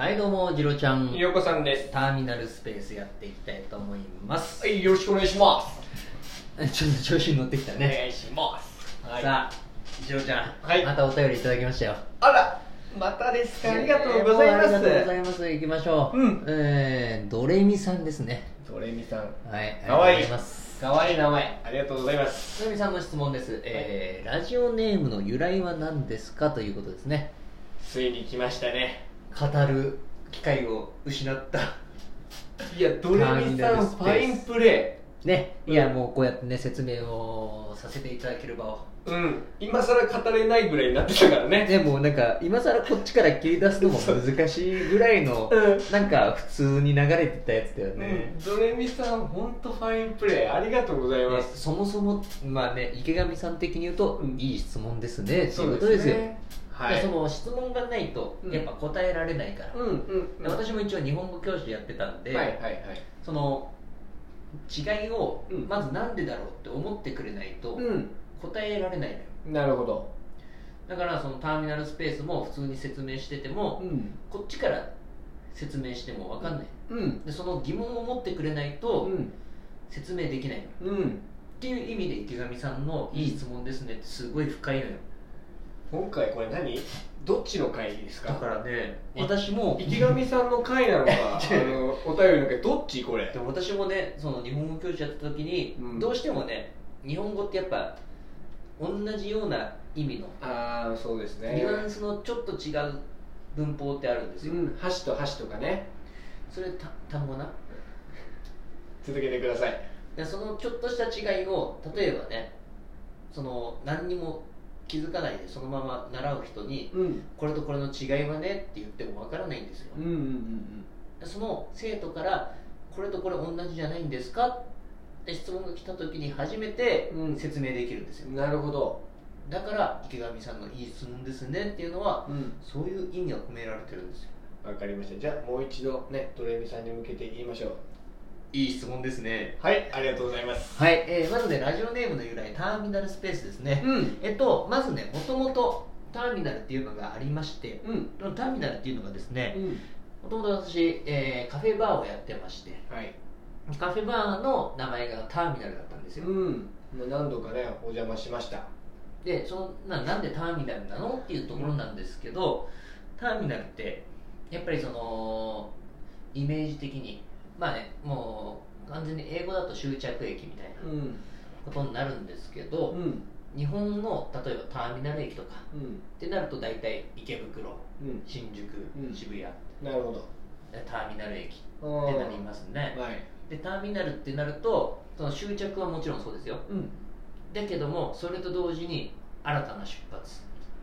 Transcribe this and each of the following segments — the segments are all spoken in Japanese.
はいどうも、ジロちゃん。 ようこさんです。 ターミナルスペースやっていきたいと思います。 はい、よろしくお願いします。 ちょっと調子に乗ってきたね。 お願いします。 はい、さあ、ジロちゃん、 はい、 またお便りいただきましたよ。 あら、またですか。ありがとうございます。 ありがとうございます。行きましょう。ドレミさんですね。 ドレミさん。 はい、 かわいい。 ありがとうございます。 かわいい名前。ありがとうございます。 ドレミさんの質問です。ラジオネームの由来は何ですかということですね。 ついに来ましたね。 語る機会を失った。 いや、ドレミさん、ファインプレー。ね、いや、もうこうやってね、説明をさせていただければ。 今更語れないぐらいになってたからね。 でもなんか今更こっちから切り出すのも難しいぐらいのなんか普通に流れてたやつだよね。 ドレミさん本当ファインプレーありがとうございます。 そもそもまあね、池上さん的に言うと、いい質問ですねっていうことですよ。はい、その質問がないとやっぱ答えられないから。私も一応日本語教師やってたんで、その違いをまずなんでだろうって思ってくれないと答えられないのよ。 なるほど。 だからそのターミナルスペースも普通に説明してても、こっちから説明しても分かんない、でその疑問を持ってくれないと説明できないの、っていう意味で池上さんのいい質問ですねってすごい深いのよ。 今回これ何？どっちの回ですか？ だからね、私も池上さんの回なのかお便りの回どっちこれ？ でも私もね、その日本語教師やった時に、どうしてもね、日本語ってやっぱ同じような意味のそうですね、 ニュアンスのちょっと違う文法ってあるんですよ。 箸と箸とかね。 それ単語な。 続けてください。 でそのちょっとした違いを例えばね、その何にも気づかないでそのまま習う人に、これとこれの違いはねって言ってもわからないんですよ。その生徒からこれとこれ同じじゃないんですかって質問が来た時に初めて説明できるんですよ。 なるほど。 だから池上さんのいい質問ですねっていうのは、そういう意味が込められてるんですよ。 わかりました。じゃあもう一度ね、ドレミさんに向けて言いましょう。 いい質問ですね。 はい、ありがとうございます。 はい、まずね、ラジオネームの由来、ターミナルスペースですね。まずね、もともとターミナルっていうのがありまして、ターミナルっていうのがですね、もともと私、カフェバーをやってまして、カフェバーの名前がターミナルだったんですよ。 何度かね、お邪魔しました。 で、なんでターミナルなのっていうところなんですけど、ターミナルってやっぱりそのイメージ的にまあね、もう完全に英語だと終着駅みたいなことになるんですけど、日本の例えばターミナル駅とかってなると大体池袋、新宿、渋谷、 なるほど、 ターミナル駅ってなりますね。でターミナルってなるとその終着はもちろんそうですよ、だけどもそれと同時に新たな出発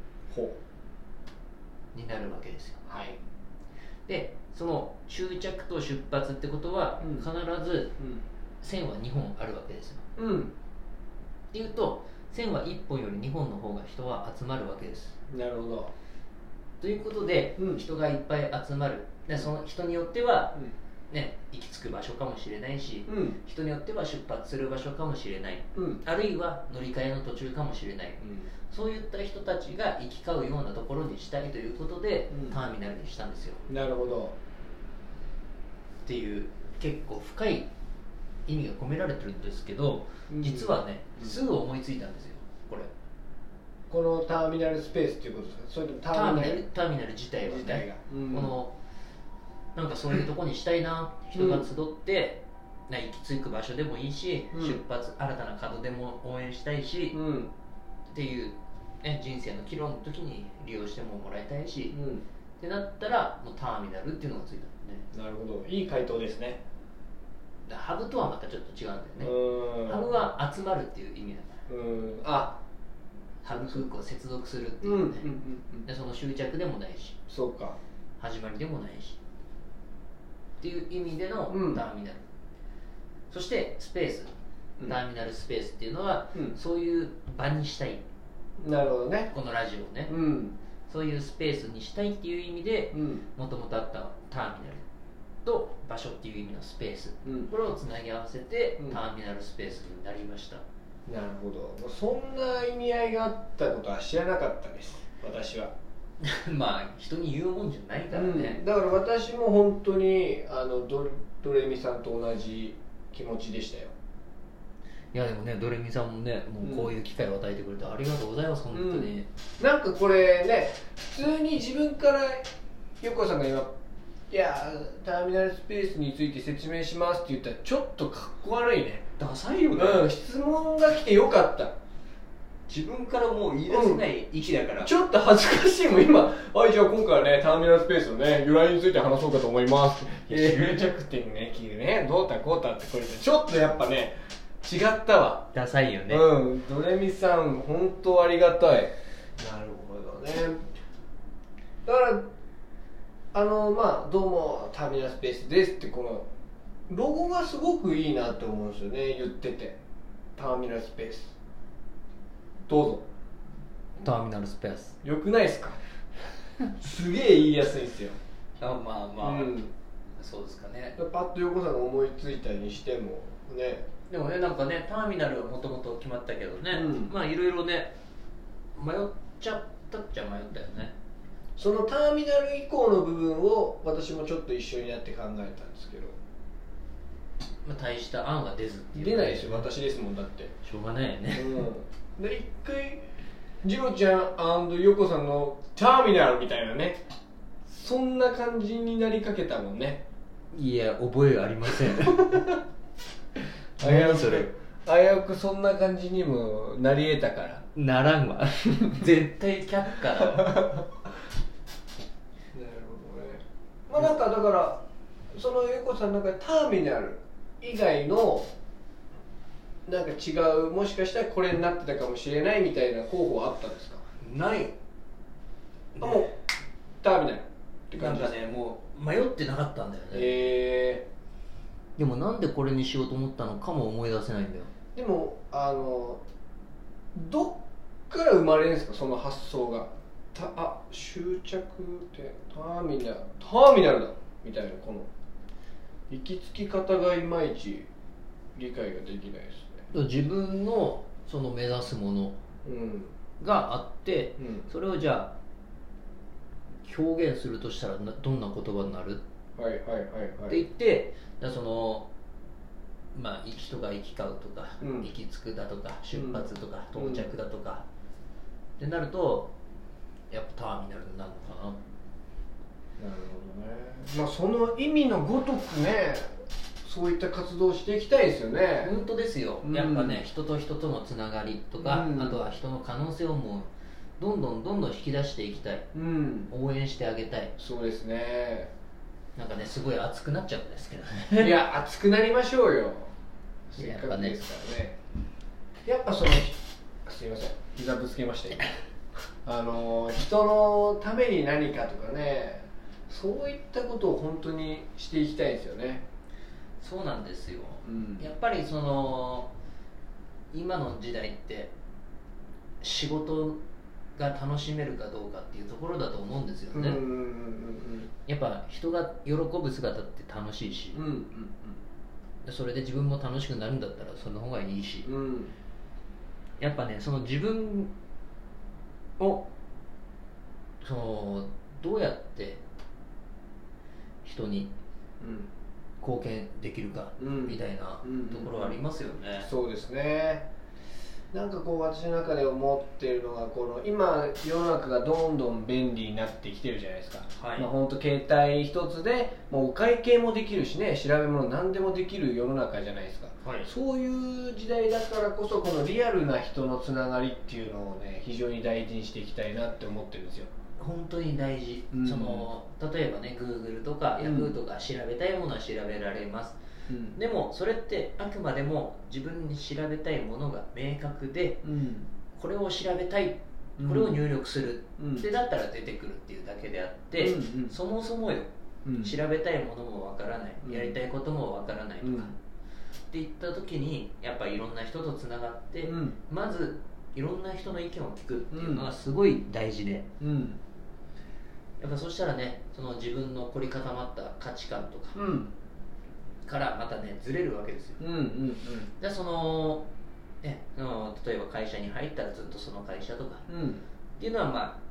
になるわけですよ。でその終着と出発ってことは必ず線は2本あるわけですよ。っていうと線は1本より2本の方が人は集まるわけです。 なるほど。 ということで、人がいっぱい集まる。でその人によっては、ね、行き着く場所かもしれないし、人によっては出発する場所かもしれない、あるいは乗り換えの途中かもしれない、そういった人たちが行き交うようなところにしたいということで、ターミナルにしたんですよ。 なるほど。 っていう結構深い意味が込められてるんですけど、実はね、すぐ思いついたんですよこのターミナルスペースっていうことですか？それともターミナル自体はね、このなんかそういうとこにしたいな、人が集って、行き着く場所でもいいし、出発新たな門でも応援したいし、っていう、人生の岐路の時に利用してもらいたいし、ってなったらもうターミナルっていうのがついたんですね。 なるほど、いい回答ですね。 ハブとはまたちょっと違うんだよね。ハブは集まるっていう意味だから。ハブ空港接続するっていうね、でその終着でもないし、 そうか、 始まりでもないしっていう意味でのターミナル、そしてスペース、ターミナルスペースっていうのは、そういう場にしたい。 なるほどね。 このラジオをね、そういうスペースにしたいっていう意味で、もともとあったターミナルと場所っていう意味のスペース、これをつなぎ合わせて、ターミナルスペースになりました。 なるほど。そんな意味合いがあったことは知らなかったです、私は。 まあ人に言うもんじゃないからね、 だから私も本当にドレミさんと同じ気持ちでしたよ。 いやでもね、ドレミさんもね、もうこういう機会を与えてくれてありがとうございます、本当に。 なんかこれね、普通に自分から横さんが今いやターミナルスペースについて説明しますって言ったらちょっとかっこ悪いね。 ダサいよね、 質問が来てよかった。 自分からもう言い出せない域だから、 ちょっと恥ずかしいもん今。はい、じゃあ今回はねターミナルスペースのね由来について話そうかと思います。終着点ね、どうたこうたってこれちょっとやっぱね違ったわ。 ダサいよね。 ドレミさん本当ありがたい。なるほどね。だからまあどうもターミナルスペースですってこのロゴがすごくいいなって思うんですよね。言っててターミナルスペースどうぞ。 ターミナルスペースよくないですか？すげえ言いやすいんですよ。 まあまあ、そうですかね。 パッと横さんが思いついたにしてもね。 でもね、なんかね、ターミナルはもともと決まったけどね、まあいろいろね迷っちゃったっちゃ迷ったよね。 そのターミナル以降の部分を私もちょっと一緒になって考えたんですけど、 まあ、大した案が出ずっていう、 出ないですよ、私ですもんだって。 しょうがないよね、 で一回ジロちゃん&ヨコさんのターミナルみたいなね、そんな感じになりかけたもんね。 いや覚えありません。 危うくそんな感じにもなり得たから。 ならんわ。絶対却下だわ。なるほどね。 まあなんかだからそのヨコさんの中でターミナル以外のなんか違う、もしかしたらこれになってたかもしれないみたいな候補はあったんですか？ ない。 もうターミナルって感じです。 なんかね、もう迷ってなかったんだよね。でもなんでこれにしようと思ったのかも思い出せないんだよ。 でもどっから生まれるんですか、その発想が。終着点ターミナルだみたいな、この行き着き方がいまいち理解ができないですね。 自分のその目指すものがあって、それをじゃあ表現するとしたらどんな言葉になるって言って、そのまあ行きとか行き交うとか、行き着くだとか出発とか、到着だとか、ってなるとやっぱターミナルになるのかな。 なるほどね。まあその意味のごとくね、そういった活動をしていきたいですよね。 本当ですよ、やっぱね、人と人とのつながりとか、あとは人の可能性をもうどんどん引き出していきたい、応援してあげたい。 そうですね。 なんかね、すごい熱くなっちゃうんですけどね。いや、熱くなりましょうよ、 せっかくですからね。やっぱその、すいません、膝ぶつけました今。人のために何かとかね、そういったことを本当にしていきたいですよね。 そうなんですよ、やっぱりその今の時代って仕事が楽しめるかどうかっていうところだと思うんですよね。やっぱ人が喜ぶ姿って楽しいし、それで自分も楽しくなるんだったらその方がいいし、やっぱね、その自分をそのどうやって人に貢献できるかみたいなところありますよね。 そうですね。なんかこう私の中で思っているのが、この今世の中がどんどん便利になってきてるじゃないですか。まあ本当携帯一つでもうお会計もできるしね、調べ物何でもできる世の中じゃないですか。そういう時代だからこそ、このリアルな人のつながりっていうのをね、非常に大事にしていきたいなって思ってるんですよ。 本当に大事、その例えばね Google とか Yahoo とか調べたいものは調べられます、でもそれってあくまでも自分に調べたいものが明確で、これを調べたい、これを入力する、でだったら出てくるっていうだけであって、そもそもよ、調べたいものもわからない、やりたいこともわからないとか、っていった時にやっぱりいろんな人とつながって、まずいろんな人の意見を聞くっていうのがすごい大事で、やっぱそしたらね、その自分の凝り固まった価値観とかからまたねずれるわけですよ。でそのね、例えば会社に入ったらずっとその会社とか、っていうのはまあ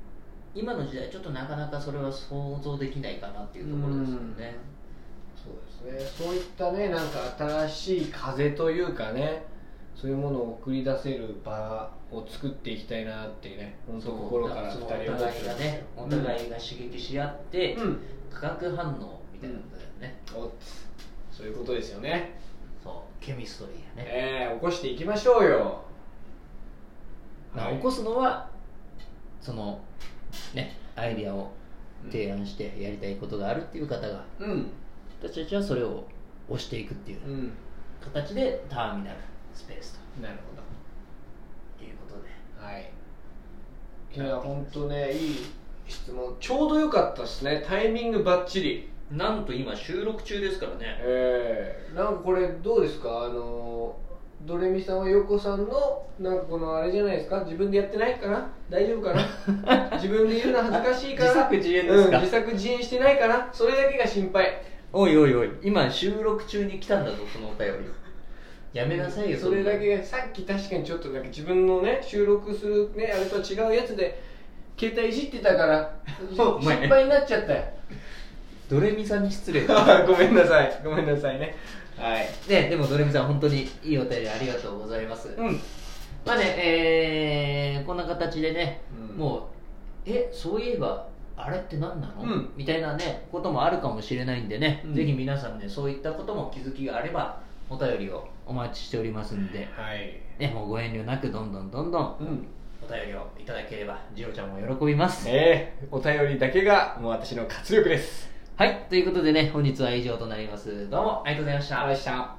今の時代ちょっとなかなかそれは想像できないかなっていうところですよね。 そうですね。そういったね、なんか新しい風というかね、そういうものを送り出せる場を作っていきたいなってね、本当心から2人お互いがね、お互いが刺激し合って、化学反応みたいなことだよね。 そういうことですよね。 そうケミストリーやね。 起こしていきましょうよ。 起こすのはそのねアイディアを提案してやりたいことがあるっていう方が、私たちはそれを押していくっていう形でターミナルスペースと。 なるほど。 ということで。 はい。いや本当ね、いい質問。ちょうど良かったですね。タイミングバッチリ。 なんと今収録中ですからね。 なんかこれどうですか、ドレミさんはヨコさんのなんかこのあれじゃないですか、自分でやってないかな、大丈夫かな自分で言うの恥ずかしいかな、 自作自演ですか、 自作自演してないかな、それだけが心配。 おいおいおい、今収録中に来たんだぞこのお便り。やめなさいよ。 それだけがさっき確かにちょっとなんか自分のね収録するねあれとは違うやつで携帯いじってたから心配になっちゃったよ。 ドレミさんに失礼ごめんなさいね。はい。 でもドレミさん本当にいいお便りありがとうございます。まあね、こんな形でね、もうそういえばあれって何なの、みたいなねこともあるかもしれないんでね、ぜひ皆さんねそういったことも気づきがあればお便りをお待ちしておりますんで、ね、もうご遠慮なくどんどんお便りをいただければジロちゃんも喜びます。 お便りだけがもう私の活力です。 はい、ということでね、本日は以上となります。どうもありがとうございました。